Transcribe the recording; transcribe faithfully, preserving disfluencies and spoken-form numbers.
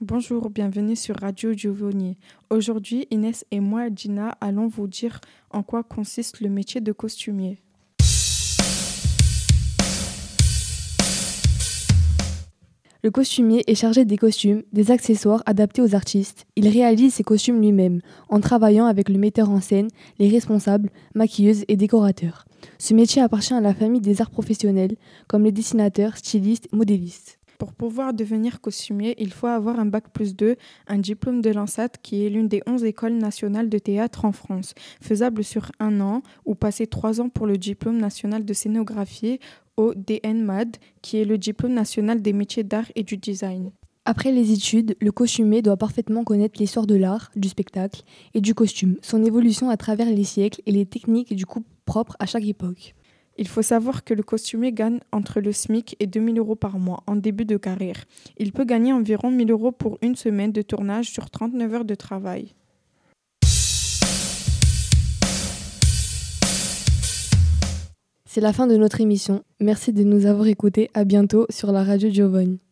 Bonjour, bienvenue sur Radio Giovanni. Aujourd'hui, Inès et moi, Gina, allons vous dire en quoi consiste le métier de costumier. Le costumier est chargé des costumes, des accessoires adaptés aux artistes. Il réalise ses costumes lui-même, en travaillant avec le metteur en scène, les responsables, maquilleuses et décorateurs. Ce métier appartient à la famille des arts professionnels, comme les dessinateurs, stylistes, modélistes. Pour pouvoir devenir costumier, il faut avoir un bac plus deux, un diplôme de l'ANSAT qui est l'une des onze écoles nationales de théâtre en France, faisable sur un an, ou passer trois ans pour le diplôme national de scénographie au D N M A D, qui est le diplôme national des métiers d'art et du design. Après les études, le costumier doit parfaitement connaître l'histoire de l'art, du spectacle et du costume, son évolution à travers les siècles et les techniques du coup propres à chaque époque. Il faut savoir que le costumier gagne entre le SMIC et deux mille euros par mois en début de carrière. Il peut gagner environ mille euros pour une semaine de tournage sur trente-neuf heures de travail. C'est la fin de notre émission. Merci de nous avoir écoutés. À bientôt sur la radio Giovanni.